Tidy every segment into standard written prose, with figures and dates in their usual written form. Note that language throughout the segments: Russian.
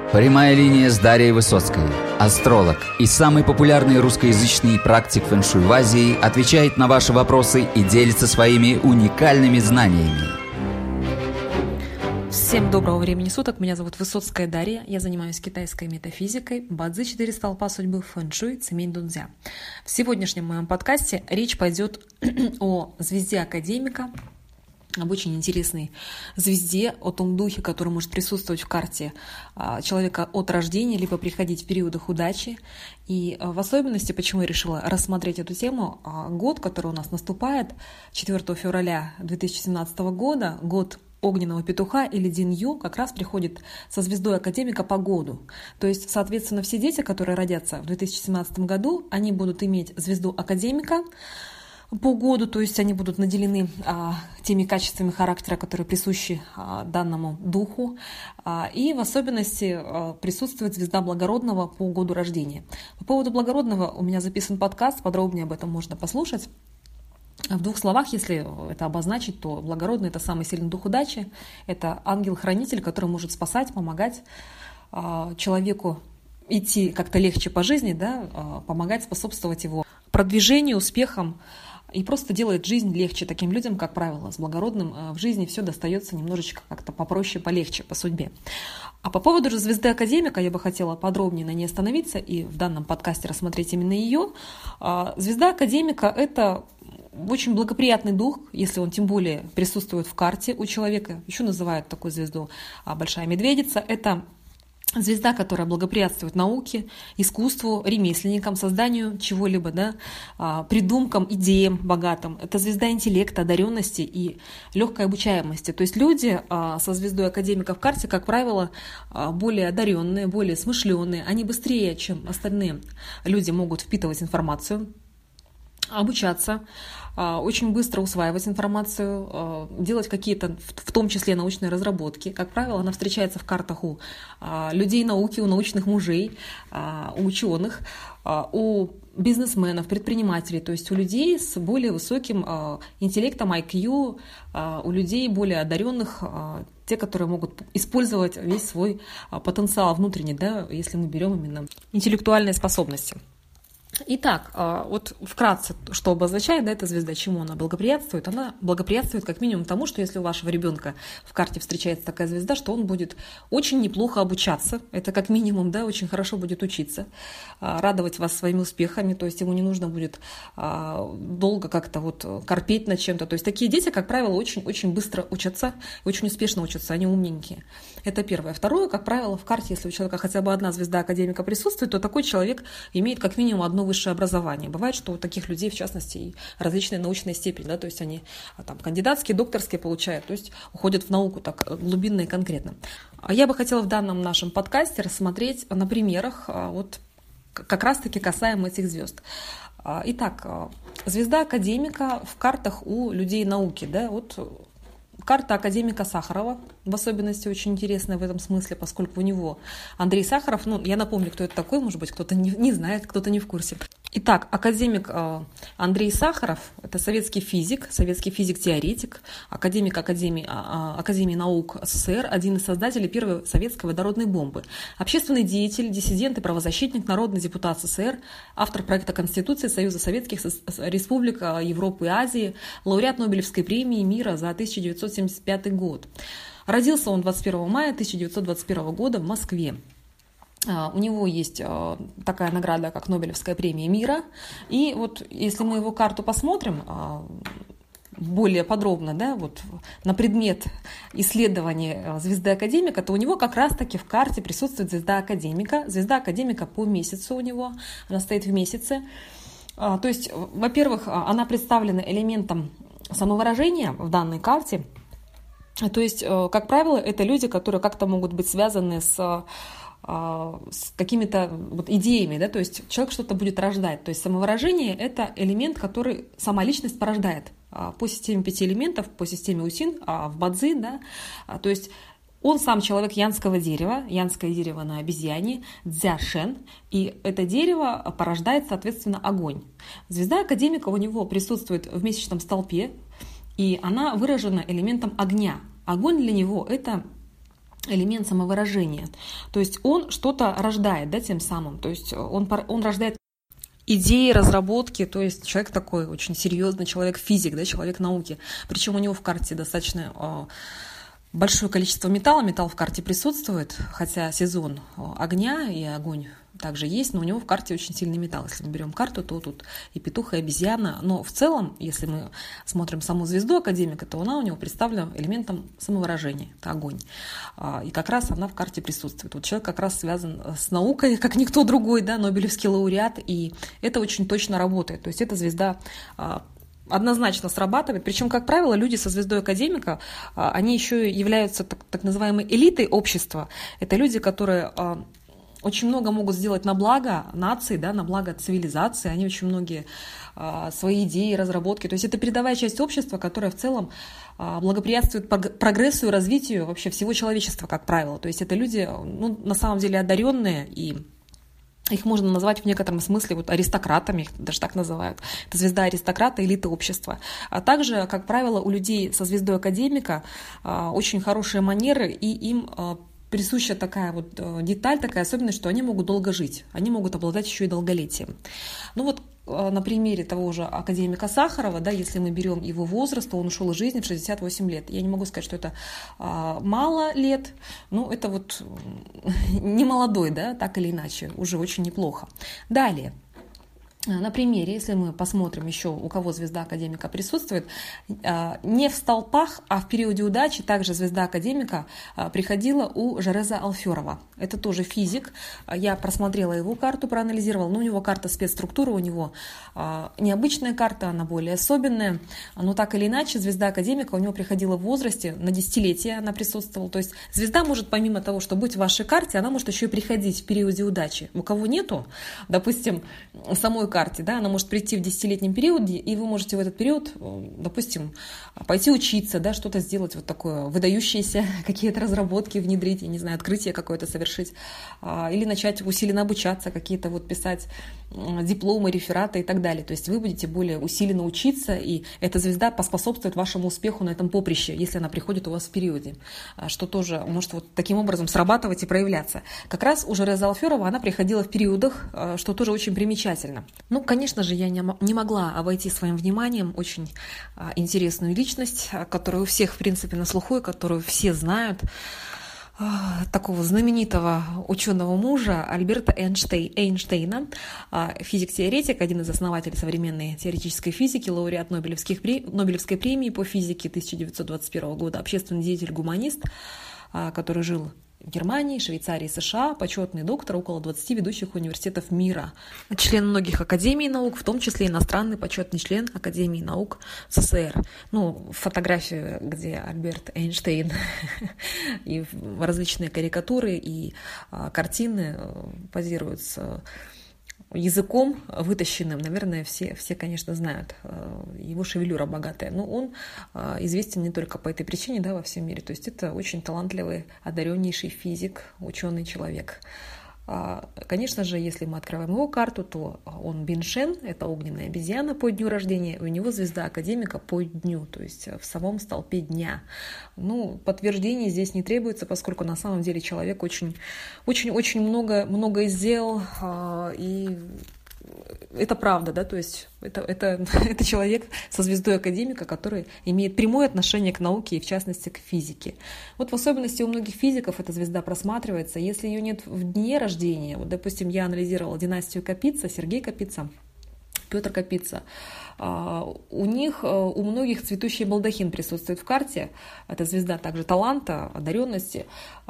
Прямая линия с Дарьей Высоцкой. Астролог и самый популярный русскоязычный практик фэн-шуй в Азии отвечает на ваши вопросы и делится своими уникальными знаниями. Всем доброго времени суток. Меня зовут Высоцкая Дарья. Я занимаюсь китайской метафизикой, бадзи 4 столпа судьбы, фэн-шуй, цимень дунцзя. В сегодняшнем моем подкасте речь пойдет о звезде академика, об очень интересной звезде, о том духе, который может присутствовать в карте человека от рождения, либо приходить в периодах удачи. И в особенности, почему я решила рассмотреть эту тему, год, который у нас наступает, 4 февраля 2017 года, год огненного петуха или Динью, как раз приходит со звездой академика по году. То есть, соответственно, все дети, которые родятся в 2017 году, они будут иметь звезду академика по году, то есть они будут наделены теми качествами характера, которые присущи данному духу. И в особенности присутствует звезда благородного по году рождения. По поводу благородного у меня записан подкаст, подробнее об этом можно послушать. В двух словах, если это обозначить, то благородный — это самый сильный дух удачи, это ангел-хранитель, который может спасать, помогать человеку идти как-то легче по жизни, да, помогать, способствовать его продвижению, успехам, и просто делает жизнь легче таким людям, как правило. С благородным в жизни все достается немножечко как-то попроще, полегче по судьбе. А по поводу же звезды академика я бы хотела подробнее на ней остановиться и в данном подкасте рассмотреть именно ее. Звезда академика — это очень благоприятный дух, если он тем более присутствует в карте у человека. Еще называют такую звезду большая медведица. Это звезда, которая благоприятствует науке, искусству, ремесленникам, созданию чего-либо, да, придумкам, идеям богатым. Это звезда интеллекта, одаренности и легкой обучаемости. То есть люди со звездой академика в карте, как правило, более одаренные, более смышленые. Они быстрее, чем остальные люди, могут впитывать информацию, обучаться, очень быстро усваивать информацию, делать какие-то, в том числе, научные разработки. Как правило, она встречается в картах у людей науки, у научных мужей, у ученых, у бизнесменов, предпринимателей, то есть у людей с более высоким интеллектом, IQ, у людей более одаренных, те, которые могут использовать весь свой потенциал внутренний, да, если мы берем именно интеллектуальные способности. Итак, вот вкратце, что обозначает, да, эта звезда, чему она благоприятствует? Она благоприятствует как минимум тому, что если у вашего ребенка в карте встречается такая звезда, что он будет очень неплохо обучаться, это как минимум, да, очень хорошо будет учиться, радовать вас своими успехами, то есть ему не нужно будет долго как-то вот корпеть над чем-то. То есть такие дети, как правило, очень быстро учатся, очень успешно учатся, они умненькие. Это первое. Второе, как правило, в карте, если у человека хотя бы одна звезда академика присутствует, то такой человек имеет как минимум одно высшее образование. Бывает, что у таких людей, в частности, и различные научные степени, да, то есть они там кандидатские, докторские получают, то есть уходят в науку так глубинно и конкретно. Я бы хотела в данном нашем подкасте рассмотреть на примерах вот как раз-таки касаемо этих звезд. Итак, звезда академика в картах у людей науки, да, вот карта академика Сахарова, в особенности, очень интересная в этом смысле, поскольку у него Андрей Сахаров, я напомню, кто это такой, может быть, кто-то не знает, кто-то не в курсе. Итак, академик Андрей Сахаров – это советский физик-теоретик, академик Академии наук СССР, один из создателей первой советской водородной бомбы, общественный деятель, диссидент и правозащитник, народный депутат СССР, автор проекта Конституции Союза Советских Республик Европы и Азии, лауреат Нобелевской премии мира за 1975 год. Родился он 21 мая 1921 года в Москве. У него есть такая награда, как Нобелевская премия мира. И вот если мы его карту посмотрим более подробно, да, вот на предмет исследования звезды академика, то у него как раз-таки в карте присутствует звезда академика. Звезда академика по месяцу у него, она стоит в месяце. То есть, во-первых, она представлена элементом самовыражения в данной карте. То есть, как правило, это люди, которые как-то могут быть связаны с какими-то вот идеями, да, то есть человек что-то будет рождать. То есть самовыражение — это элемент, который сама личность порождает по системе 5 элементов, по системе Усин, в бадзи, да, то есть он сам человек янского дерева, янское дерево на обезьяне, дзяшен, и это дерево порождает, соответственно, огонь. Звезда академика у него присутствует в месячном столпе, и она выражена элементом огня. Огонь для него — это элемент самовыражения. То есть он что-то рождает, да, тем самым. То есть он рождает идеи, разработки, то есть человек такой очень серьезный, человек-физик, да, человек науки. Причем у него в карте достаточно большое количество металла. Металл в карте присутствует, хотя сезон огня и огонь также есть, но у него в карте очень сильный металл. Если мы берем карту, то тут и петух, и обезьяна. Но в целом, если мы смотрим саму звезду академика, то она у него представлена элементом самовыражения. Это огонь. И как раз она в карте присутствует. Вот человек как раз связан с наукой, как никто другой, да, Нобелевский лауреат, и это очень точно работает. То есть эта звезда однозначно срабатывает. Причем, как правило, люди со звездой академика, они еще являются так называемой элитой общества. Это люди, которые очень много могут сделать на благо нации, да, на благо цивилизации. Они очень многие свои идеи, разработки. То есть это передовая часть общества, которая в целом благоприятствует прогрессу и развитию вообще всего человечества, как правило. То есть это люди, ну, на самом деле одаренные, и их можно назвать в некотором смысле вот аристократами, их даже так называют. Это звезда аристократа, элита общества. А также, как правило, у людей со звездой академика очень хорошие манеры, и им присуща такая вот деталь, такая особенность, что они могут долго жить, они могут обладать еще и долголетием. Ну вот на примере того же академика Сахарова, да, если мы берем его возраст, то он ушел из жизни в 68 лет. Я не могу сказать, что это мало лет, но это вот не молодой, да, так или иначе, уже очень неплохо. Далее. На примере, если мы посмотрим еще, у кого звезда академика присутствует, не в столпах, а в периоде удачи также звезда академика приходила у Жареза Алферова. Это тоже физик. Я просмотрела его карту, проанализировала. Ну, у него карта спецструктуры, у него необычная карта, она более особенная. Но так или иначе, звезда академика у него приходила в возрасте, на десятилетие она присутствовала. То есть звезда может, помимо того, что быть в вашей карте, она может еще и приходить в периоде удачи. У кого нету, допустим, самой карте, да, она может прийти в 10-летнем периоде, и вы можете в этот период, допустим, пойти учиться, да, что-то сделать вот такое выдающееся, какие-то разработки внедрить, я не знаю, открытие какое-то совершить, или начать усиленно обучаться, какие-то вот писать дипломы, рефераты и так далее. То есть вы будете более усиленно учиться, и эта звезда поспособствует вашему успеху на этом поприще, если она приходит у вас в периоде, что тоже может вот таким образом срабатывать и проявляться. Как раз у Жареза Алферова она приходила в периодах, что тоже очень примечательно. Ну, конечно же, я не могла обойти своим вниманием очень интересную личность, которая у всех, в принципе, на слуху, и которую все знают, такого знаменитого ученого мужа Альберта Эйнштейна, физик-теоретик, один из основателей современной теоретической физики, лауреат Нобелевской премии по физике 1921 года, общественный деятель, гуманист, который жил в Германии, Швейцарии, США, почетный доктор около 20 ведущих университетов мира, член многих академий наук, в том числе иностранный почетный член Академии наук СССР. Ну, фотографии, где Альберт Эйнштейн и различные карикатуры и картины позируют с языком вытащенным, наверное, все, конечно, знают. Его шевелюра богатая. Но он известен не только по этой причине, да, во всем мире. То есть это очень талантливый, одареннейший физик, ученый человек. Конечно же, если мы открываем его карту, то он Биншен, это огненная обезьяна по дню рождения, и у него звезда академика по дню, то есть в самом столпе дня. Ну, подтверждений здесь не требуется, поскольку на самом деле человек очень много сделал, и это правда, да, то есть это человек со звездой академика, который имеет прямое отношение к науке и, в частности, к физике. Вот в особенности у многих физиков эта звезда просматривается. Если ее нет в дне рождения, вот, допустим, я анализировала династию Капица, Сергей Капица, Петр Капица, у них, у многих цветущий балдахин присутствует в карте. Это звезда также таланта, одаренности,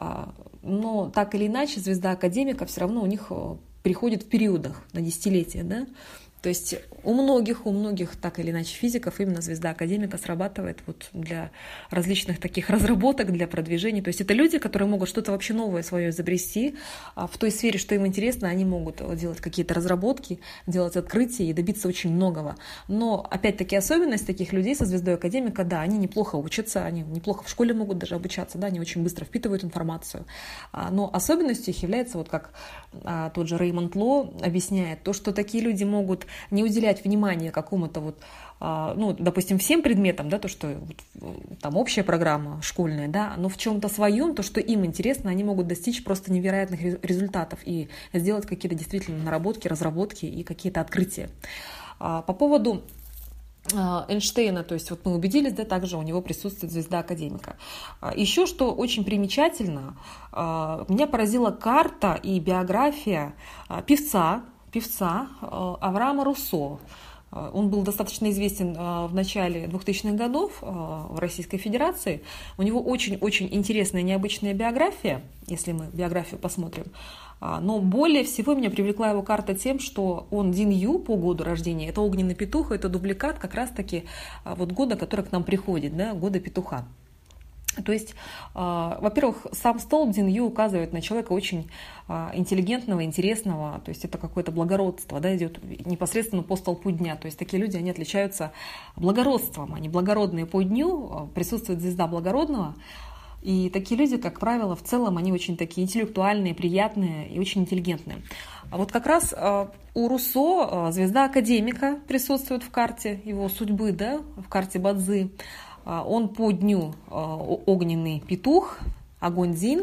но так или иначе звезда академика все равно у них приходит в периодах на десятилетия, да? То есть у многих так или иначе физиков именно звезда академика срабатывает вот для различных таких разработок, для продвижения. То есть это люди, которые могут что-то вообще новое свое изобрести в той сфере, что им интересно, они могут делать какие-то разработки, делать открытия и добиться очень многого. Но опять-таки особенность таких людей со звездой академика, да, они неплохо учатся, они неплохо в школе могут даже обучаться, да, они очень быстро впитывают информацию. Но особенностью их является, вот как тот же Реймонд Ло объясняет, то, что такие люди могут не уделять внимания какому-то вот, ну, допустим, всем предметам, да, то, что там общая программа школьная, да, но в чем-то своем, то, что им интересно, они могут достичь просто невероятных результатов и сделать какие-то действительно наработки, разработки и какие-то открытия. По поводу Эйнштейна, то есть вот мы убедились, да, также у него присутствует звезда академика. Еще что очень примечательно, меня поразила карта и биография певца Авраама Руссо. Он был достаточно известен в начале 2000-х годов в Российской Федерации. У него очень-очень интересная, необычная биография, если мы биографию посмотрим. Но более всего меня привлекла его карта тем, что он Дин Ю по году рождения. Это огненный петух, это дубликат как раз-таки вот года, который к нам приходит, да, года петуха. То есть, во-первых, сам столб Дин Ю указывает на человека очень интеллигентного, интересного, то есть это какое-то благородство, да, идет непосредственно по столпу дня. То есть такие люди, они отличаются благородством, они благородные по дню, присутствует звезда благородного. И такие люди, как правило, в целом, они очень такие интеллектуальные, приятные и очень интеллигентные. А вот как раз у Руссо звезда академика присутствует в карте его судьбы, да, в карте Бадзи. Он по дню огненный петух, огонь Дзин.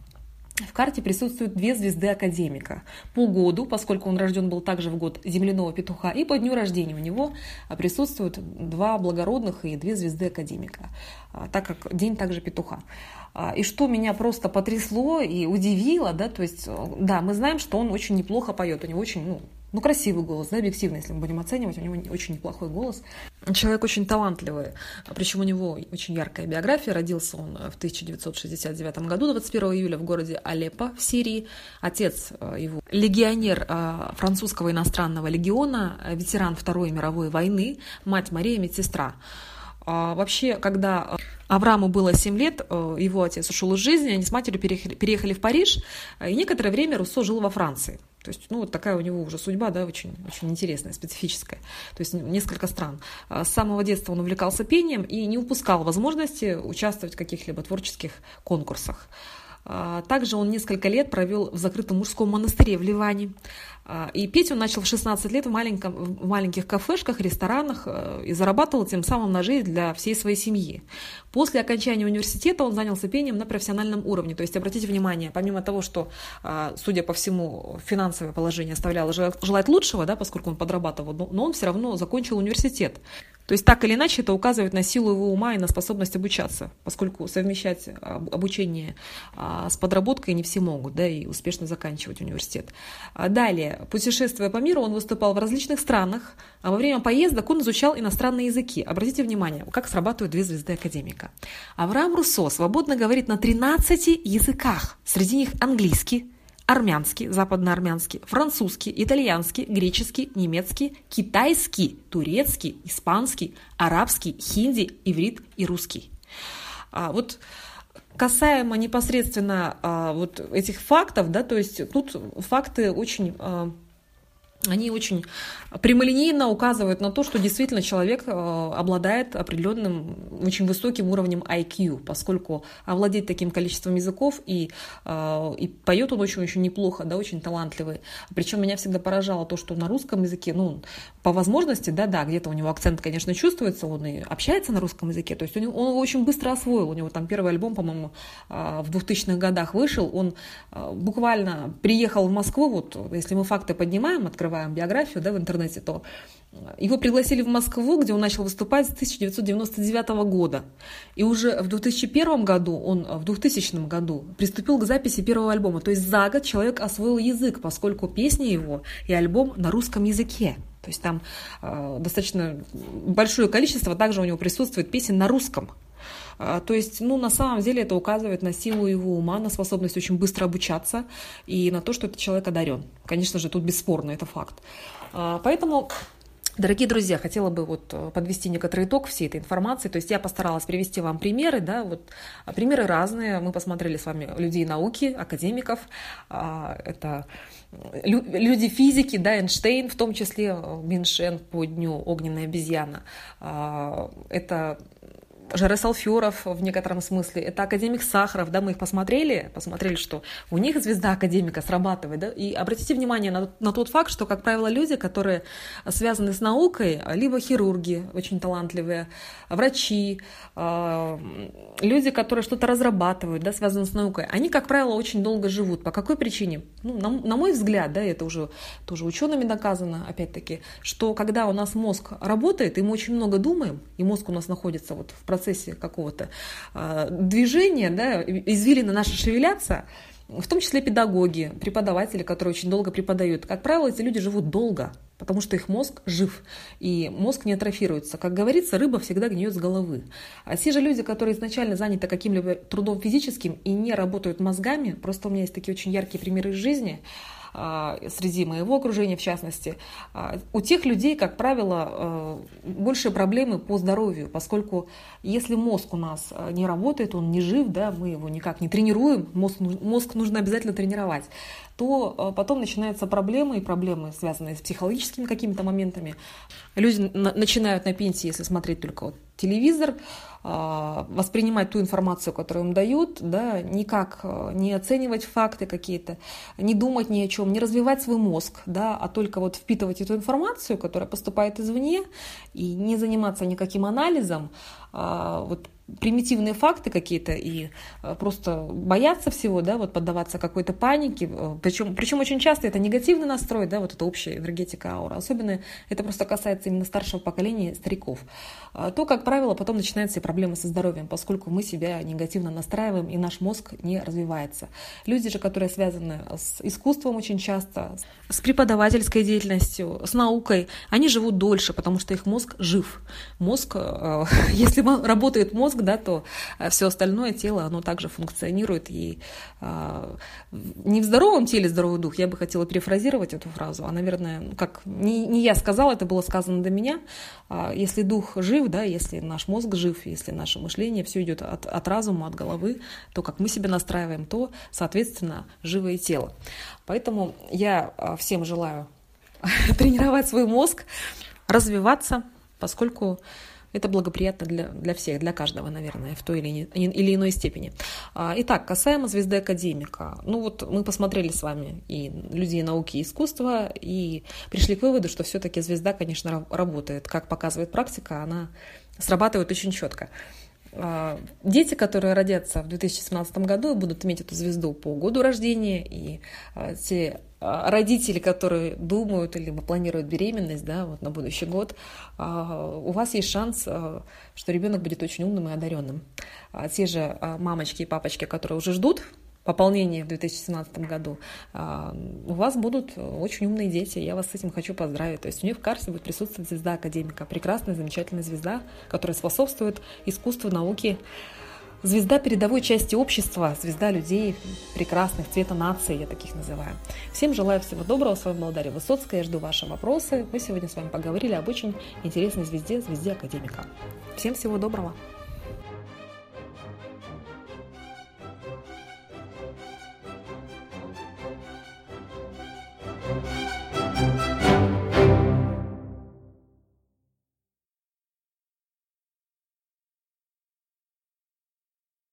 В карте присутствуют две звезды академика. По году, поскольку он рожден был также в год земляного петуха, и по дню рождения у него присутствуют два благородных и две звезды академика, так как день также петуха. И что меня просто потрясло и удивило, да, то есть, да, мы знаем, что он очень неплохо поет, у него очень, красивый голос, да, объективно, если мы будем оценивать, у него очень неплохой голос. Человек очень талантливый, причем у него очень яркая биография. Родился он в 1969 году, 21 июля в городе Алеппо в Сирии. Отец его легионер французского иностранного легиона, ветеран Второй мировой войны, мать Мария медсестра. Вообще, когда Аврааму было 7 лет, его отец ушел из жизни, они с матерью переехали в Париж, и некоторое время Руссо жил во Франции. То есть, вот такая у него уже судьба, да, очень, очень интересная, специфическая. То есть, несколько стран. С самого детства он увлекался пением и не упускал возможности участвовать в каких-либо творческих конкурсах. Также он несколько лет провел в закрытом мужском монастыре в Ливане. И петь он начал в 16 лет в маленьких кафешках, ресторанах и зарабатывал тем самым на жизнь для всей своей семьи. После окончания университета он занялся пением на профессиональном уровне. То есть, обратите внимание, помимо того, что, судя по всему, финансовое положение оставляло желать лучшего, да, поскольку он подрабатывал, но он все равно закончил университет. То есть, так или иначе, это указывает на силу его ума и на способность обучаться, поскольку совмещать обучение с подработкой не все могут, да, и успешно заканчивать университет. Далее, путешествуя по миру, он выступал в различных странах, а во время поездок он изучал иностранные языки. Обратите внимание, как срабатывают две звезды академика. Авраам Руссо свободно говорит на 13 языках, среди них английский, армянский, западноармянский, французский, итальянский, греческий, немецкий, китайский, турецкий, испанский, арабский, хинди, иврит и русский. Вот касаемо непосредственно вот этих фактов, да, то есть тут факты очень... Они очень прямолинейно указывают на то, что действительно человек обладает определенным очень высоким уровнем IQ, поскольку овладеть таким количеством языков и поет он очень-очень неплохо, да, очень талантливый. Причем меня всегда поражало то, что на русском языке, по возможности, да, где-то у него акцент, конечно, чувствуется, он и общается на русском языке, то есть он его очень быстро освоил. У него там первый альбом, по-моему, в 2000-х годах вышел, он буквально приехал в Москву, вот если мы факты поднимаем, открываем биографию, да, в интернете, то его пригласили в Москву, где он начал выступать с 1999 года. И уже в 2001 году, в 2000 году приступил к записи первого альбома. То есть за год человек освоил язык, поскольку песни его и альбом на русском языке. То есть там достаточно большое количество также у него присутствует песен на русском. То есть, на самом деле это указывает на силу его ума, на способность очень быстро обучаться и на то, что этот человек одарен. Конечно же, тут бесспорно, это факт. Поэтому, дорогие друзья, хотела бы подвести некоторый итог всей этой информации. То есть я постаралась привести вам примеры, да, примеры разные. Мы посмотрели с вами людей науки, академиков, это люди физики, да, Эйнштейн, в том числе Миншен по дню огненная обезьяна. Это Жарес Алферов в некотором смысле, это академик Сахаров, да, мы их посмотрели, что у них звезда академика срабатывает, да, и обратите внимание на тот факт, что, как правило, люди, которые связаны с наукой, либо хирурги очень талантливые, врачи, люди, которые что-то разрабатывают, да, связаны с наукой, они, как правило, очень долго живут. По какой причине? На мой взгляд, да, это уже тоже учеными доказано, опять-таки, что когда у нас мозг работает, и мы очень много думаем, и мозг у нас находится вот в процессе какого-то движения, да, извилины наши шевелятся, в том числе педагоги, преподаватели, которые очень долго преподают. Как правило, эти люди живут долго, потому что их мозг жив, и мозг не атрофируется. Как говорится, рыба всегда гниет с головы. А те же люди, которые изначально заняты каким-либо трудом физическим и не работают мозгами, просто у меня есть такие очень яркие примеры из жизни, среди моего окружения в частности, у тех людей, как правило, большие проблемы по здоровью, поскольку если мозг у нас не работает, он не жив, да, мы его никак не тренируем, мозг нужно обязательно тренировать, то потом начинаются проблемы, связанные с психологическими какими-то моментами. Люди начинают на пенсии, если смотреть только вот телевизор, воспринимать ту информацию, которую им дают, да, никак не оценивать факты какие-то, не думать ни о чем, не развивать свой мозг, да, а только вот впитывать эту информацию, которая поступает извне, и не заниматься никаким анализом, вот примитивные факты какие-то и просто бояться всего, да, вот поддаваться какой-то панике, причем очень часто это негативный настрой, да, вот эта общая энергетика аура, особенно это просто касается именно старшего поколения стариков, то, как правило, потом начинаются проблемы со здоровьем, поскольку мы себя негативно настраиваем и наш мозг не развивается. Люди же, которые связаны с искусством очень часто, с преподавательской деятельностью, с наукой, они живут дольше, потому что их мозг жив. Мозг, если работает мозг, да, то все остальное тело, оно также функционирует. И не в здоровом теле здоровый дух, я бы хотела перефразировать эту фразу, а, наверное, как не я сказала, это было сказано до меня. Если дух жив, да, если наш мозг жив, если наше мышление, все идет от разума, от головы, то, как мы себя настраиваем, то, соответственно, живо и тело. Поэтому я всем желаю тренировать свой мозг, развиваться, поскольку это благоприятно для всех, для каждого, наверное, в той или иной степени. Итак, касаемо звезды академика. Ну вот мы посмотрели с вами и людей науки и искусства, и пришли к выводу, что все-таки звезда, конечно, работает. Как показывает практика, она срабатывает очень четко. Дети, которые родятся в 2017 году, будут иметь эту звезду по году рождения, и те родители, которые думают или планируют беременность, да, вот на будущий год, у вас есть шанс, что ребенок будет очень умным и одаренным. Те же мамочки и папочки, которые уже ждут пополнения в 2017 году, у вас будут очень умные дети, я вас с этим хочу поздравить. То есть у них в карте будет присутствовать звезда академика, прекрасная, замечательная звезда, которая способствует искусству, науке, звезда передовой части общества, звезда людей прекрасных, цвета нации, я таких называю. Всем желаю всего доброго, с вами была Дарья Высоцкая, я жду ваши вопросы. Мы сегодня с вами поговорили об очень интересной звезде, звезде академика. Всем всего доброго! Thank you.